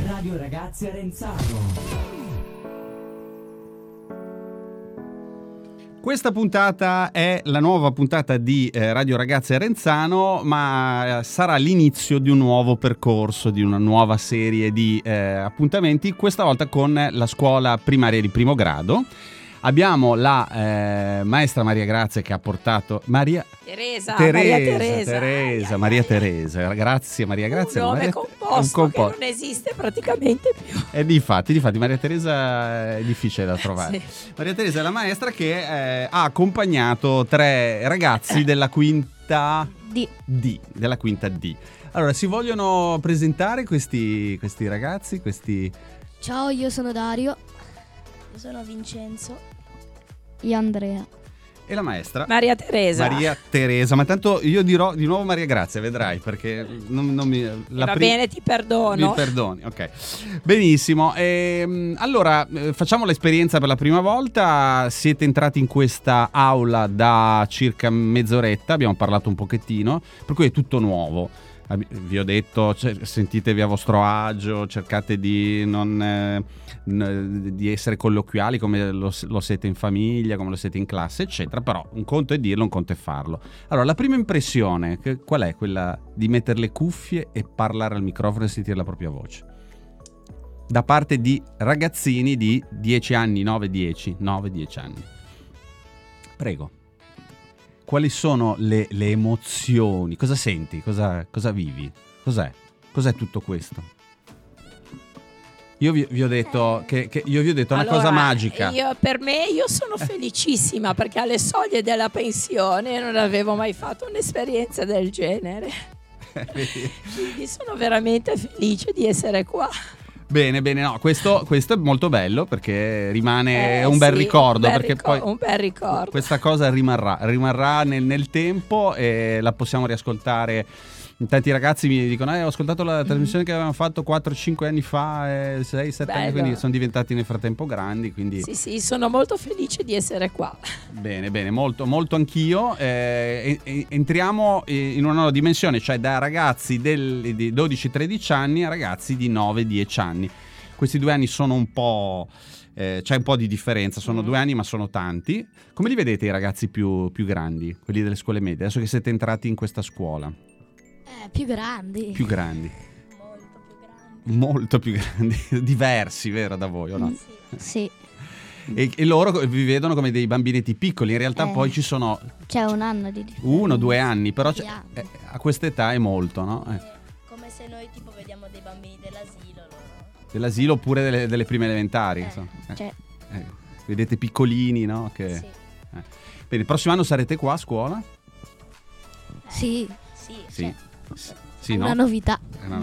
Radio Ragazzi Arenzano. Questa puntata è la nuova puntata di Radio Ragazzi Arenzano, ma sarà l'inizio di un nuovo percorso, di una nuova serie di appuntamenti, questa volta con la scuola primaria di primo grado. Abbiamo la maestra Maria Grazia che ha portato Maria Teresa, Maria Teresa. Grazie Maria Grazia. Un nome composto che non esiste praticamente più. E difatti Maria Teresa è difficile da trovare. Sì. Maria Teresa è la maestra che ha accompagnato 3 ragazzi della quinta D. Della quinta D. Allora, si vogliono presentare questi ragazzi? Ciao, io sono Dario. Io sono Vincenzo. Io Andrea. E la maestra? Maria Teresa, ma tanto io dirò di nuovo Maria Grazia, vedrai, perché non mi... Va bene, ti perdono. Mi perdoni, ok. Benissimo. Allora, facciamo l'esperienza per la prima volta. Siete entrati in questa aula da circa mezz'oretta, abbiamo parlato un pochettino, per cui è tutto nuovo. Vi ho detto, sentitevi a vostro agio, cercate di di essere colloquiali come lo siete in famiglia, come lo siete in classe, eccetera. Però un conto è dirlo, un conto è farlo. Allora, la prima impressione, qual è? Quella di mettere le cuffie e parlare al microfono e sentire la propria voce. Da parte di ragazzini di 10 anni, 9-10 anni. Prego. Quali sono le emozioni? Cosa senti? Cosa vivi? Cos'è tutto questo? Io vi ho detto che una cosa magica. Per me sono felicissima perché alle soglie della pensione non avevo mai fatto un'esperienza del genere. Quindi sono veramente felice di essere qua. Bene, no, questo è molto bello perché rimane un bel ricordo. Un bel ricordo. Questa cosa rimarrà nel tempo e la possiamo riascoltare. Tanti ragazzi mi dicono ho ascoltato la trasmissione che avevamo fatto 4-5 anni fa, 6-7 anni, quindi sono diventati nel frattempo grandi, quindi... Sì, sono molto felice di essere qua. Bene, molto, molto anch'io. Entriamo in una nuova dimensione, cioè da ragazzi di 12-13 anni a ragazzi di 9-10 anni. Questi 2 anni sono un po'... c'è un po' di differenza, sono 2 anni ma sono tanti. Come li vedete i ragazzi più grandi, quelli delle scuole medie, adesso che siete entrati in questa scuola? Più grandi. Molto più grandi. Diversi, vero, da voi o no? Sì. E loro vi vedono come dei bambinetti piccoli, in realtà poi ci sono... C'è 1 anno di differenza. 1-2 anni, però a quest'età è molto, no? Come se noi tipo vediamo dei bambini dell'asilo, no? Dell'asilo oppure delle prime elementari, insomma. Vedete piccolini, no? Sì. Bene, il prossimo anno sarete qua a scuola? Sì. Sì, Una no? novità.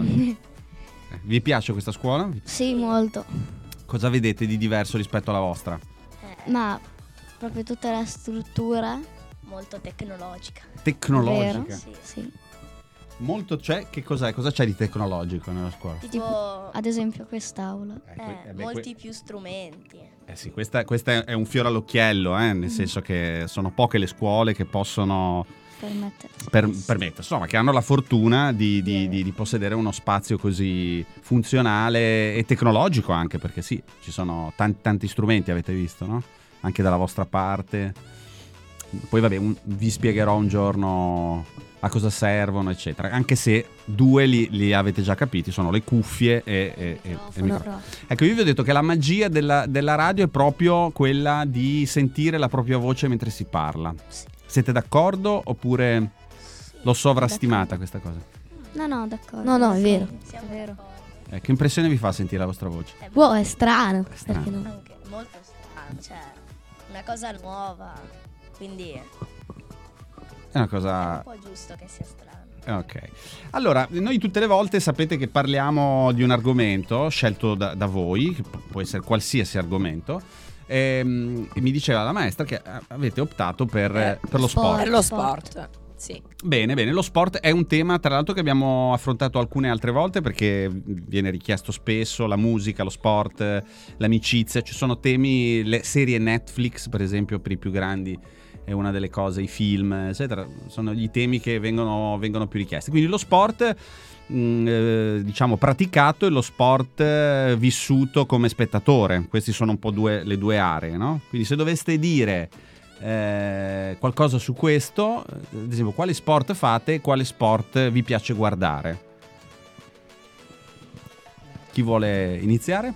Vi piace questa scuola? Sì, molto. Cosa vedete di diverso rispetto alla vostra? Ma proprio tutta la struttura. Molto tecnologica. Tecnologica? Vero? Sì. Molto c'è? Che cos'è? Cosa c'è di tecnologico nella scuola? Tipo ad esempio quest'aula. molti più strumenti. Sì, questa è un fiore all'occhiello, nel senso che sono poche le scuole che possono permettersi, insomma, che hanno la fortuna di possedere uno spazio così funzionale e tecnologico anche, perché sì, ci sono tanti strumenti, avete visto, no? Anche dalla vostra parte. Poi vabbè, vi spiegherò un giorno a cosa servono, eccetera, anche se 2 li avete già capiti, sono le cuffie e il microfono. Ecco, io vi ho detto che la magia della radio è proprio quella di sentire la propria voce mentre si parla. Sì. Siete d'accordo oppure l'ho sovrastimata questa cosa? No, d'accordo. No, è vero. Siamo d'accordo. Che impressione vi fa sentire la vostra voce? È strano. Perché no? Anche molto strano, cioè una cosa nuova, quindi è una cosa... è un po' giusto che sia strano. Ok, allora noi tutte le volte sapete che parliamo di un argomento scelto da voi, che può essere qualsiasi argomento, e mi diceva la maestra che avete optato per lo sport. Per lo sport, sì. Bene, lo sport è un tema tra l'altro che abbiamo affrontato alcune altre volte perché viene richiesto spesso, la musica, lo sport, l'amicizia, ci sono temi, le serie Netflix per esempio per i più grandi è una delle cose, i film eccetera, sono gli temi che vengono più richiesti, quindi lo sport diciamo praticato e lo sport vissuto come spettatore. Queste sono un po' le due aree, no? Quindi se doveste dire qualcosa su questo, ad esempio quali sport fate e quale sport vi piace guardare? Chi vuole iniziare?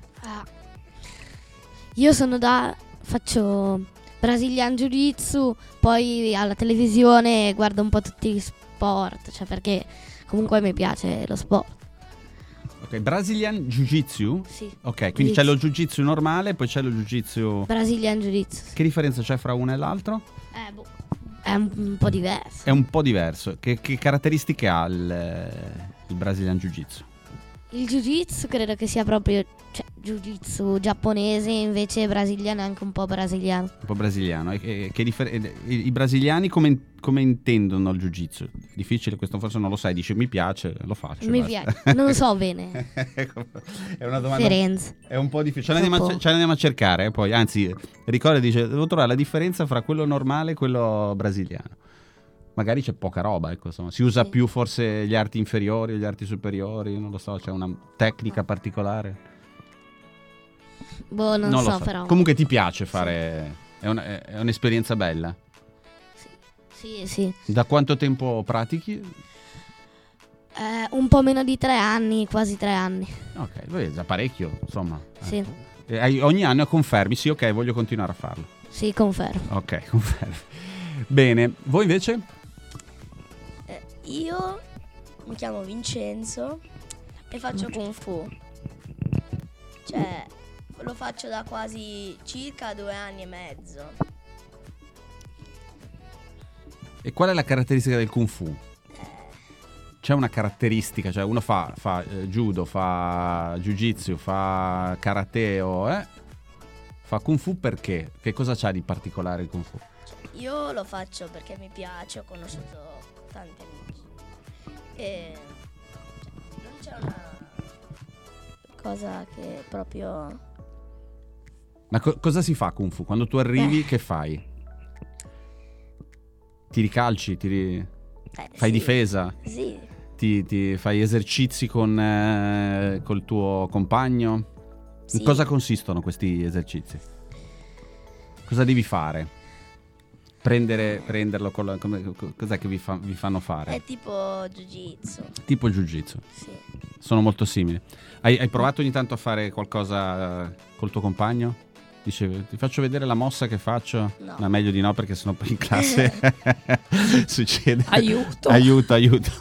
Io faccio Brazilian Jiu-Jitsu, poi alla televisione guardo un po' tutti gli sport, cioè perché comunque mi piace lo sport. Ok, Brazilian Jiu-Jitsu? Sì. Ok, quindi c'è lo Jiu-Jitsu normale, poi c'è lo Jiu-Jitsu... Brazilian Jiu-Jitsu. Che differenza c'è fra uno e l'altro? È un po' diverso. È un po' diverso. Che caratteristiche ha il Brazilian Jiu-Jitsu? Il Jiu-Jitsu credo che sia proprio Jiu-Jitsu giapponese, invece brasiliano è anche un po' brasiliano. Un po' brasiliano. I brasiliani come intendono il Jiu-Jitsu? Difficile, questo forse non lo sai. Dice mi piace, lo faccio. Mi basta. piace, non lo so bene. È una domanda. Differenza. È un po' difficile. Ce la andiamo a cercare. Poi, anzi, ricorda, dice, devo trovare la differenza fra quello normale e quello brasiliano. Magari c'è poca roba, ecco, insomma. Si usa più forse gli arti inferiori o gli arti superiori, non lo so, c'è una tecnica particolare. Boh, non lo so però. Comunque ti piace fare, è un'esperienza bella. Sì. Da quanto tempo pratichi? Un po' meno di 3 anni, quasi 3 anni. Ok, beh, già parecchio, insomma. Sì. Ogni anno confermi, sì, ok, voglio continuare a farlo. Sì, confermo. Ok, confermi. Bene, voi invece? Io mi chiamo Vincenzo e faccio Kung Fu. Cioè, lo faccio da quasi circa 2 anni e mezzo. E qual è la caratteristica del Kung Fu? C'è una caratteristica, cioè uno fa judo, fa jiu-jitsu, fa karate fa Kung Fu perché? Che cosa c'ha di particolare il Kung Fu? Io lo faccio perché mi piace, ho conosciuto tanti amici. E non c'è una cosa che proprio... Ma cosa si fa Kung Fu? Quando tu arrivi che fai? Tiri calci? Fai sì. difesa? Sì. Ti fai esercizi col tuo compagno? Sì. In cosa consistono questi esercizi? Cosa devi fare? Prenderlo cos'è che vi fanno fare? È tipo Jiu-Jitsu. Tipo il Jiu-Jitsu. Sì. Sono molto simili. Hai provato ogni tanto a fare qualcosa col tuo compagno? Dice, ti faccio vedere la mossa che faccio? No. Ma meglio di no, perché sennò poi in classe succede. Aiuto. Aiuto.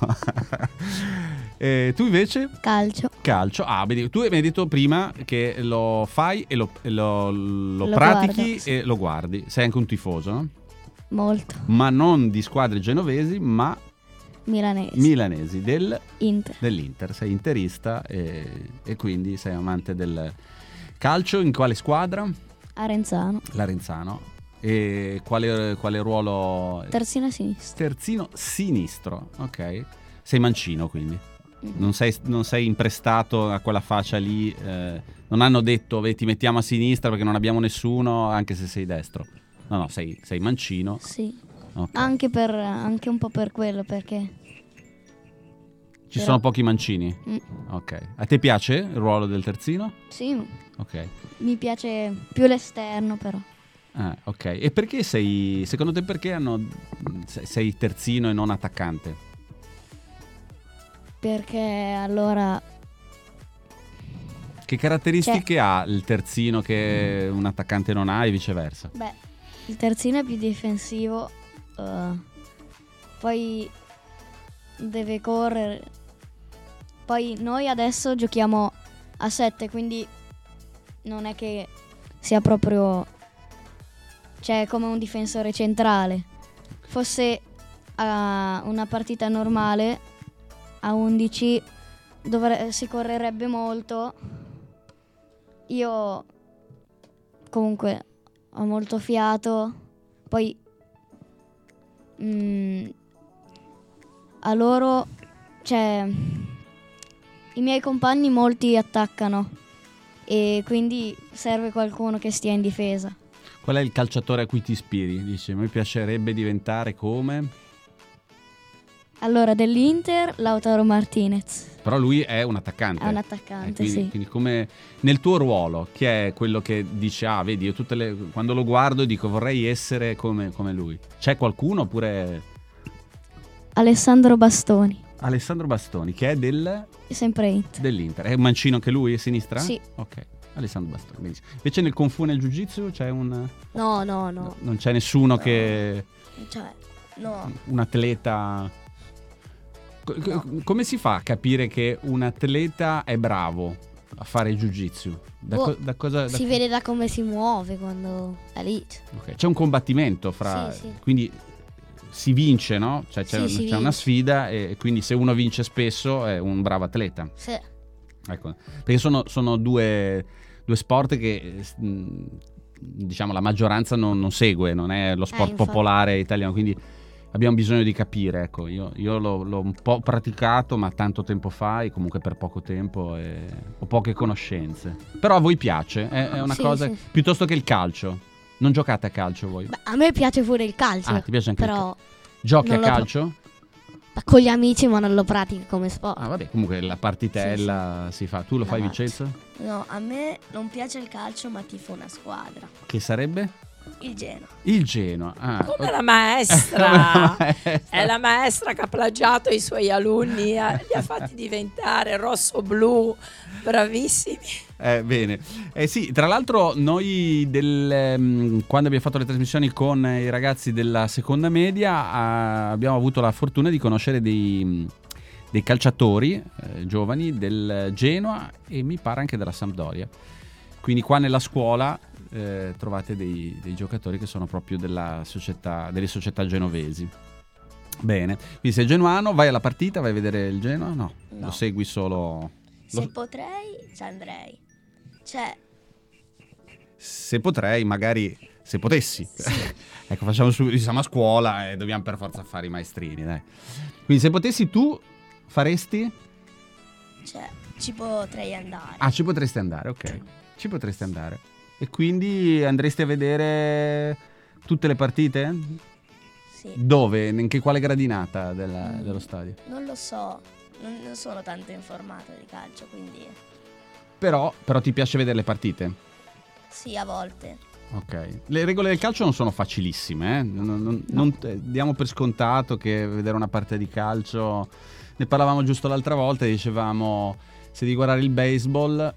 Tu invece? Calcio. Ah, vedi, tu mi hai detto prima che lo fai e lo pratichi guardo, sì. e lo guardi. Sei anche un tifoso, no? Molto. Ma non di squadre genovesi, ma milanesi dell'Inter. Sei interista e quindi sei amante del calcio. In quale squadra? Arenzano. L'Arenzano. E quale ruolo? Terzino sinistro. Terzino sinistro, ok. Sei mancino quindi. Non sei imprestato a quella faccia lì. Non hanno detto ti mettiamo a sinistra perché non abbiamo nessuno, anche se sei destro. No, sei mancino. Sì. Okay. Anche un po' per quello, perché Ci sono pochi mancini? Ok. A te piace il ruolo del terzino? Sì. Ok. Mi piace più l'esterno però. Ok. E perché secondo te perché sei terzino e non attaccante? Perché allora... Che caratteristiche ha il terzino che un attaccante non ha e viceversa? Beh, il terzino è più difensivo, poi deve correre. Poi noi adesso giochiamo a 7, quindi non è che sia proprio... Cioè, come un difensore centrale. Fosse una partita normale, a 11, si correrebbe molto. Io comunque ho molto fiato. Poi a loro, cioè, i miei compagni molti attaccano e quindi serve qualcuno che stia in difesa. Qual è il calciatore a cui ti ispiri? Dici, mi piacerebbe diventare come? Allora, dell'Inter, Lautaro Martinez. Però lui è un attaccante. È un attaccante, quindi, sì. Quindi come nel tuo ruolo, chi è quello che dice, vedi, io quando lo guardo dico vorrei essere come lui? C'è qualcuno oppure... Alessandro Bastoni, Alessandro Bastoni, che è sempre Inter. dell'Inter. È un mancino anche lui, a sinistra? Sì. Ok, Alessandro Bastoni, benissimo. Invece nel Kung Fu e nel Jiu-Jitsu c'è un... No. Non c'è nessuno No. che... Cioè, no. Un atleta... Come si fa a capire che un atleta è bravo a fare Jiu-Jitsu? Da cosa... Si vede da come si muove quando è lì. Ok, c'è un combattimento fra... Sì. Quindi si vince, no? Cioè c'è Sì, si una vince. sfida e quindi se uno vince spesso è un bravo atleta. Sì. Ecco, perché sono due sport che diciamo la maggioranza non segue, non è lo sport infatti. popolare italiano, quindi abbiamo bisogno di capire. Ecco, io l'ho un po' praticato, ma tanto tempo fa e comunque per poco tempo e ho poche conoscenze. Però a voi piace? È una Sì, cosa sì. piuttosto che il calcio? Non giocate a calcio voi? Beh, a me piace pure il calcio. Ah, ti piace anche il però Giochi a non lo calcio? con gli amici, ma non lo pratico come sport. Ah, vabbè, comunque la partitella si fa. Tu lo fai, Esatto. Vincenzo? No, a me non piace il calcio, ma tifo una squadra. Che sarebbe? Il Genoa. Il Genoa. Ah, Come la ok. maestra. Maestra. È la maestra che ha plagiato i suoi alunni, li ha fatti diventare rosso-blu, bravissimi. Bene. Sì, tra l'altro noi quando abbiamo fatto le trasmissioni con i ragazzi della seconda media abbiamo avuto la fortuna di conoscere dei calciatori giovani del Genoa e mi pare anche della Sampdoria. Quindi qua nella scuola trovate dei giocatori che sono proprio delle società genovesi. Bene, quindi sei genuano, vai alla partita, vai a vedere il Genoa? No, No. lo segui solo... Se potrei, ci andrei. Cioè, Se potrei, magari se potessi. Ecco, facciamo siamo a scuola e dobbiamo per forza fare i maestrini, dai. Quindi se potessi tu faresti? ci potrei andare. Ah, ci potresti andare, ok. Ci potresti andare. E quindi andresti a vedere tutte le partite? Sì. Dove? In quale gradinata dello stadio? Non lo so, non sono tanto informato di calcio, quindi Però ti piace vedere le partite? sì, a volte. Ok. Le regole del calcio non sono facilissime, eh? Non diamo per scontato che vedere una partita di calcio... Ne parlavamo giusto l'altra volta e dicevamo se devi guardare il baseball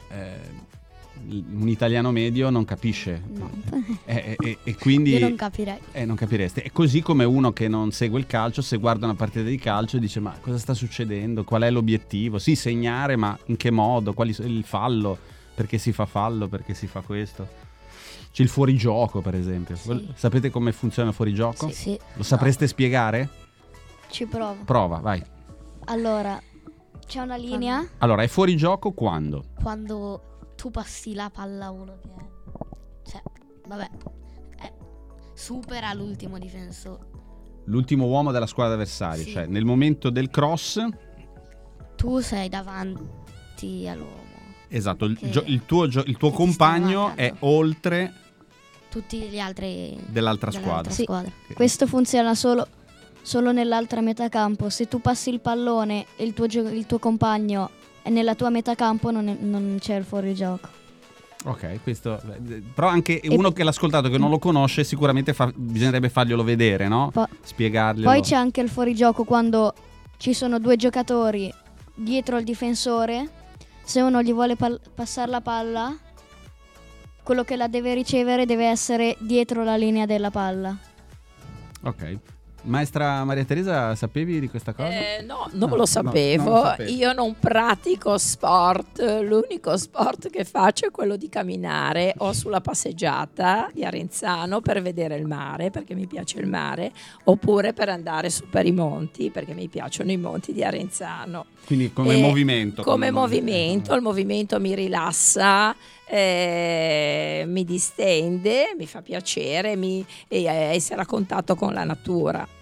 un italiano medio non capisce. No. E quindi... Io non capirei. non capireste. È così come uno che non segue il calcio, se guarda una partita di calcio dice ma cosa sta succedendo? Qual è l'obiettivo? Sì, segnare, ma in che modo? Quali sono il fallo? Perché si fa fallo? Perché si fa questo? C'è il fuorigioco, per esempio. Sì. Sapete come funziona il fuorigioco? Sì. Lo sapreste spiegare? Ci provo. Prova, vai. Allora, c'è una linea Allora, è fuorigioco quando? Quando tu passi la palla a uno che è... Cioè, vabbè, supera l'ultimo difensore. L'ultimo uomo della squadra avversaria, Sì. cioè nel momento del cross. Tu sei davanti all'uomo. Esatto, il Che tuo ti compagno sta è marcando. oltre Tutti gli altri dell'altra squadra. Sì. squadra. Questo funziona solo nell'altra metà campo. Se tu passi il pallone e il tuo compagno è nella tua metà campo, non c'è il fuorigioco. Ok, questo. Però anche uno che l'ha ascoltato che non lo conosce, sicuramente bisognerebbe farglielo vedere, no? Spiegarglielo. Poi c'è anche il fuorigioco quando ci sono due giocatori dietro il difensore. Se uno gli vuole passare la palla, quello che la deve ricevere deve essere dietro la linea della palla. Ok. Maestra Maria Teresa, sapevi di questa cosa? No, non No, lo sapevo. non lo sapevi. Io non pratico sport. L'unico sport che faccio è quello di camminare o sulla passeggiata di Arenzano per vedere il mare, perché mi piace il mare, oppure per andare su per i monti, perché mi piacciono i monti di Arenzano. Quindi come movimento. Come movimento, il movimento mi rilassa, mi distende, mi fa piacere, essere a contatto con la natura.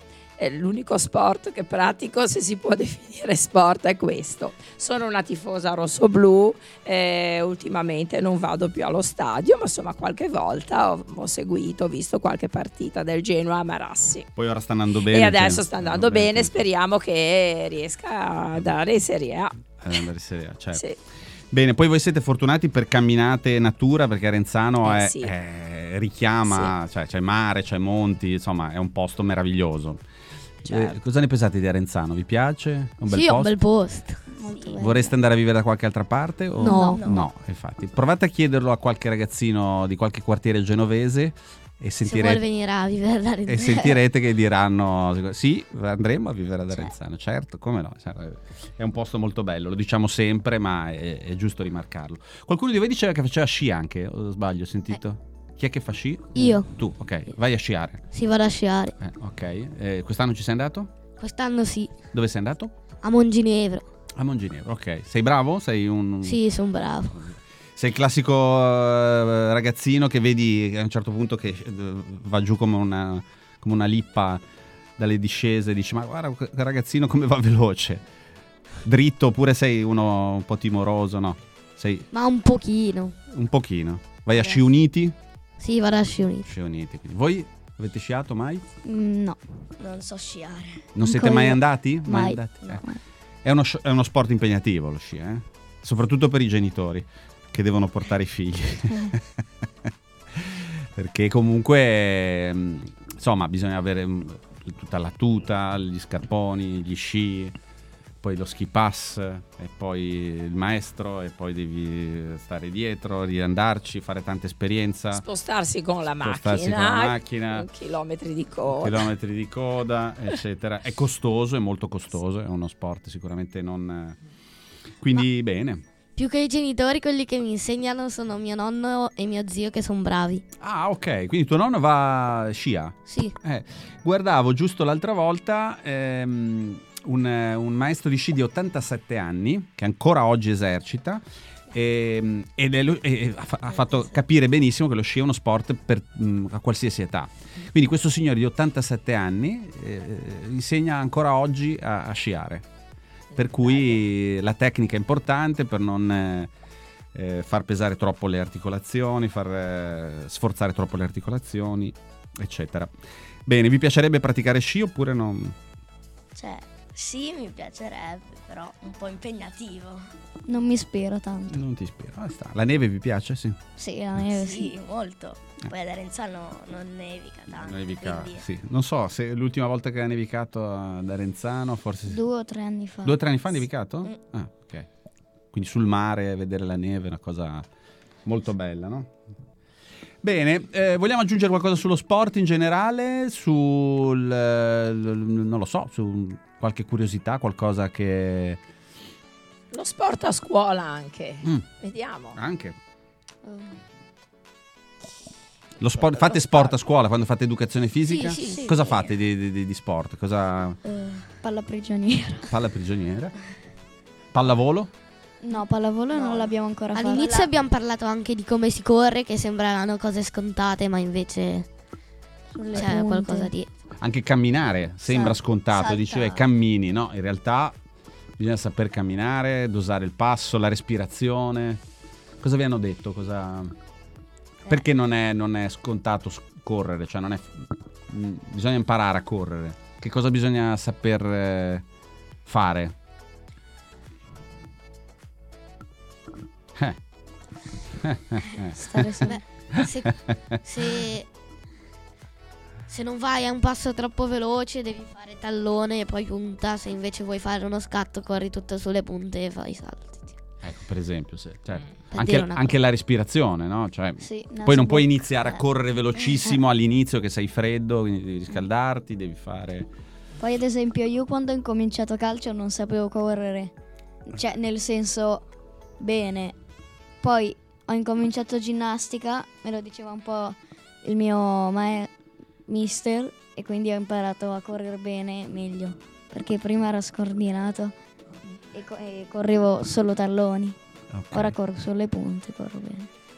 l'unico sport che pratico, se si può definire sport, è questo. Sono una tifosa rossoblu, ultimamente non vado più allo stadio, ma insomma qualche volta ho seguito, ho visto qualche partita del Genoa a Marassi. Poi ora sta andando bene. E adesso sta andando bene, speriamo che riesca a andare in Serie A. Andare in Serie A, certo. Sì. Bene, poi voi siete fortunati per camminate natura, perché Arenzano Sì. richiama, cioè c'è mare, c'è monti, insomma è un posto meraviglioso. Certo. Cosa ne pensate di Arenzano? Vi piace? È un bel Sì, è posto? un bel posto. Molto bello. Vorreste andare a vivere da qualche altra parte? O? No. No, infatti. Provate a chiederlo a qualche ragazzino di qualche quartiere genovese e Se vuole sentirete, venire a vivere da e sentirete che diranno sì, andremo a vivere ad Arenzano, certo, come no, è un posto molto bello, lo diciamo sempre, ma è giusto rimarcarlo. Qualcuno di voi diceva che faceva sci anche, o sbaglio, ho sentito? Chi è che fa sci? Io. Tu, ok, vai a sciare. Si vado a sciare. Ok, quest'anno ci sei andato? Quest'anno sì, Dove sei andato? a Monginevro. A Monginevro, ok. Sei bravo? Sei un... Sì, sono bravo. Sei il classico ragazzino che vedi a un certo punto che va giù come una lippa dalle discese e dici: ma guarda quel ragazzino come va veloce. Dritto, oppure sei uno un po' timoroso, no? Sei Ma un pochino. un pochino. Vai a Sci Uniti? Sì, vado a Sciuniti. Sci Uniti. Quindi. Voi avete sciato mai? No. Non so sciare. Non siete Ancora mai io. andati? Mai. Andati? No. È uno sport impegnativo lo sci, soprattutto per i genitori che devono portare i figli. Perché comunque insomma bisogna avere tutta la tuta, gli scarponi, gli sci, poi lo ski pass e poi il maestro, e poi devi stare dietro, riandarci, fare tanta esperienza, Spostarsi con la Spostarsi con la macchina, con chilometri di coda. chilometri di coda, eccetera. È costoso, è molto costoso, è uno sport sicuramente non... Quindi bene. Più che i genitori, quelli che mi insegnano sono mio nonno e mio zio, che sono bravi. Ah, ok, quindi tuo nonno va scia? Sì. Guardavo giusto l'altra volta un maestro di sci di 87 anni che ancora oggi esercita e ha fatto capire benissimo che lo sci è uno sport a qualsiasi età. Quindi questo signore di 87 anni insegna ancora oggi a sciare, per cui la tecnica è importante per non far pesare troppo le articolazioni, far sforzare troppo le articolazioni, eccetera. Bene, vi piacerebbe praticare sci oppure no? Cioè, sì, mi piacerebbe, però un po' impegnativo. Non mi ispiro tanto. Non ti ispira. La neve vi piace? Sì. Sì, la neve sì. Sì, molto. Poi ad Arenzano non nevica tanto. Nevica, quindi- sì. Non so se l'ultima volta che ha nevicato ad Arenzano, forse 2 o 3 anni fa. 2 o 3 anni fa ha nevicato? Mm. Ah, ok. Quindi sul mare vedere la neve è una cosa molto bella, no? Bene, vogliamo aggiungere qualcosa sullo sport in generale? Non lo so, su qualche curiosità, qualcosa che... Lo sport a scuola anche. Mm. Vediamo. Anche. Lo sport, fate sport a scuola quando fate educazione fisica? Sì, sì, Cosa sì. fate di sport? Cosa... Palla prigioniera. Palla prigioniera? Pallavolo? No, pallavolo No. non l'abbiamo ancora fatto. All'inizio abbiamo parlato anche di come si corre, che sembrano cose scontate, ma invece Sulle c'è punte. qualcosa di... Anche camminare sembra scontato, salta. dice cammini, no? In realtà bisogna saper camminare, dosare il passo, la respirazione. Cosa vi hanno detto? Perché non è scontato correre? Cioè bisogna imparare a correre. Che cosa bisogna saper fare? Stare su- Beh, se non vai a un passo troppo veloce devi fare tallone e poi punta. Se invece vuoi fare uno scatto corri tutto sulle punte e fai i salti. Ecco, per esempio, Per anche, dire una anche la respirazione, no? Cioè, Sì, poi non puoi innanzitutto. iniziare a correre velocissimo all'inizio che sei freddo, quindi devi riscaldarti, devi fare... Poi ad esempio io quando ho incominciato calcio non sapevo correre. Cioè nel senso bene. Poi ho incominciato ginnastica, me lo diceva un po' il mio mister, e quindi ho imparato a correre bene, meglio. Perché prima ero scordinato e correvo solo talloni. Ok. Ora corro sulle punte, corro bene.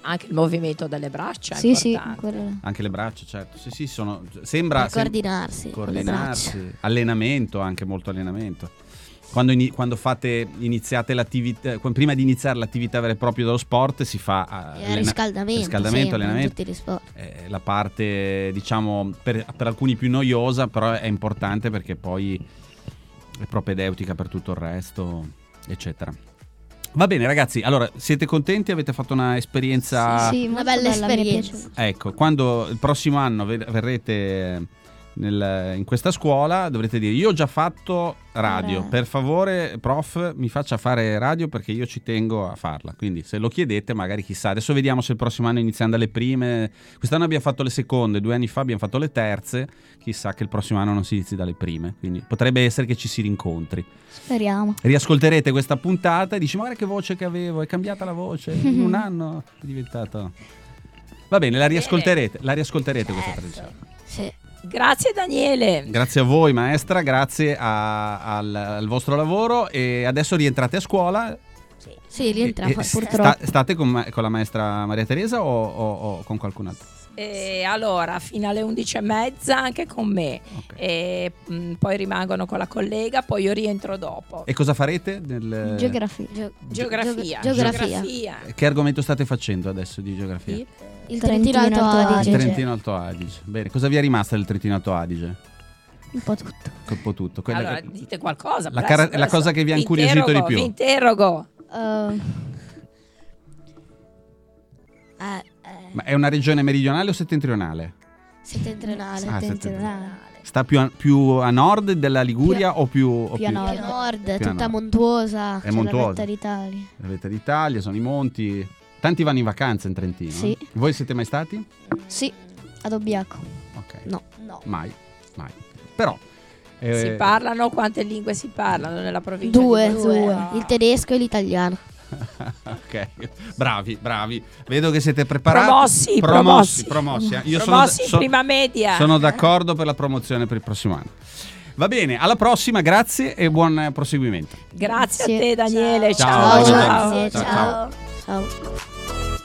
Anche il movimento delle braccia è Sì, sì, importante. quello. Anche le braccia, certo. Sì, sembra Per coordinarsi con le coordinarsi, allenamento, anche molto allenamento. Quando iniziate l'attività, prima di iniziare l'attività vera e propria dello sport, si fa riscaldamento, allenamento. tutti gli sport. La parte, diciamo, per alcuni più noiosa, però è importante perché poi è propedeutica per tutto il resto, eccetera. Va bene ragazzi, allora siete contenti? Avete fatto una esperienza? Sì, Una molto bella bella, mi è esperienza. piaciuta. Ecco, quando il prossimo anno verrete in questa scuola, dovrete dire: io ho già fatto radio, per favore prof mi faccia fare radio perché io ci tengo a farla. Quindi se lo chiedete, magari chissà, adesso vediamo se il prossimo anno iniziando alle prime. Quest'anno abbiamo fatto le seconde, 2 anni fa abbiamo fatto le terze, chissà che il prossimo anno non si inizi dalle prime, quindi potrebbe essere che ci si rincontri. Speriamo. Riascolterete questa puntata e dici: ma guarda che voce che avevo, è cambiata la voce, in un anno è diventato... Va bene, la riascolterete questa tradizione. Sì. Grazie Daniele. Grazie a voi maestra, grazie al vostro lavoro, e adesso rientrate a scuola. Sì, rientriamo. purtroppo. State con la maestra Maria Teresa o con qualcun altro? Allora, fino alle 11:30 anche con me. Okay. Poi rimangono con la collega, poi io rientro dopo. E cosa farete? Nel... Geografia. Geografia. Che argomento state facendo adesso di geografia? Il Trentino Alto Adige. Il Trentino Alto Adige. Bene, cosa vi è rimasto del Trentino Alto Adige? Un po' tutto. Un po' tutto. Allora, dite qualcosa. La cosa che vi ha incuriosito di più. Vi interrogo. Ma è una regione meridionale o settentrionale? Settentrionale. Ah, sta più a nord della Liguria o più più a nord. Più a nord, Più a tutta nord. montuosa. È montuosa. La Vetta d'Italia. La Vetta d'Italia, sono i monti. Tanti vanno in vacanza in Trentino. Sì. Voi siete mai stati? Sì, ad Obbiaco. Ok. No. Mai. Però Si parlano, quante lingue si parlano nella provincia Due. di Bolzano? Il tedesco e l'italiano. ok, bravi. Vedo che siete preparati. Promossi. Io Promossi in prima media. Sono d'accordo per la promozione per il prossimo anno. Va bene, alla prossima, grazie e buon proseguimento. Grazie a te Daniele. Ciao. Ciao. Grazie, Ciao. ciao.